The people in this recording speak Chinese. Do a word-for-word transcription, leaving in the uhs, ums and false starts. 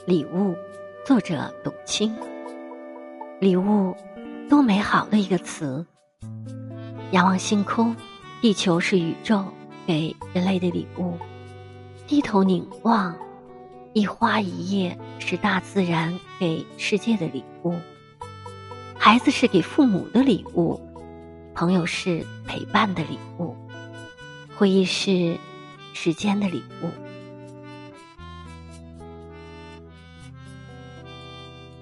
礼物，作者董卿。礼物，多美好的一个词！仰望星空，地球是宇宙给人类的礼物；低头凝望，一花一叶是大自然给世界的礼物。孩子是给父母的礼物，朋友是陪伴的礼物，回忆是时间的礼物。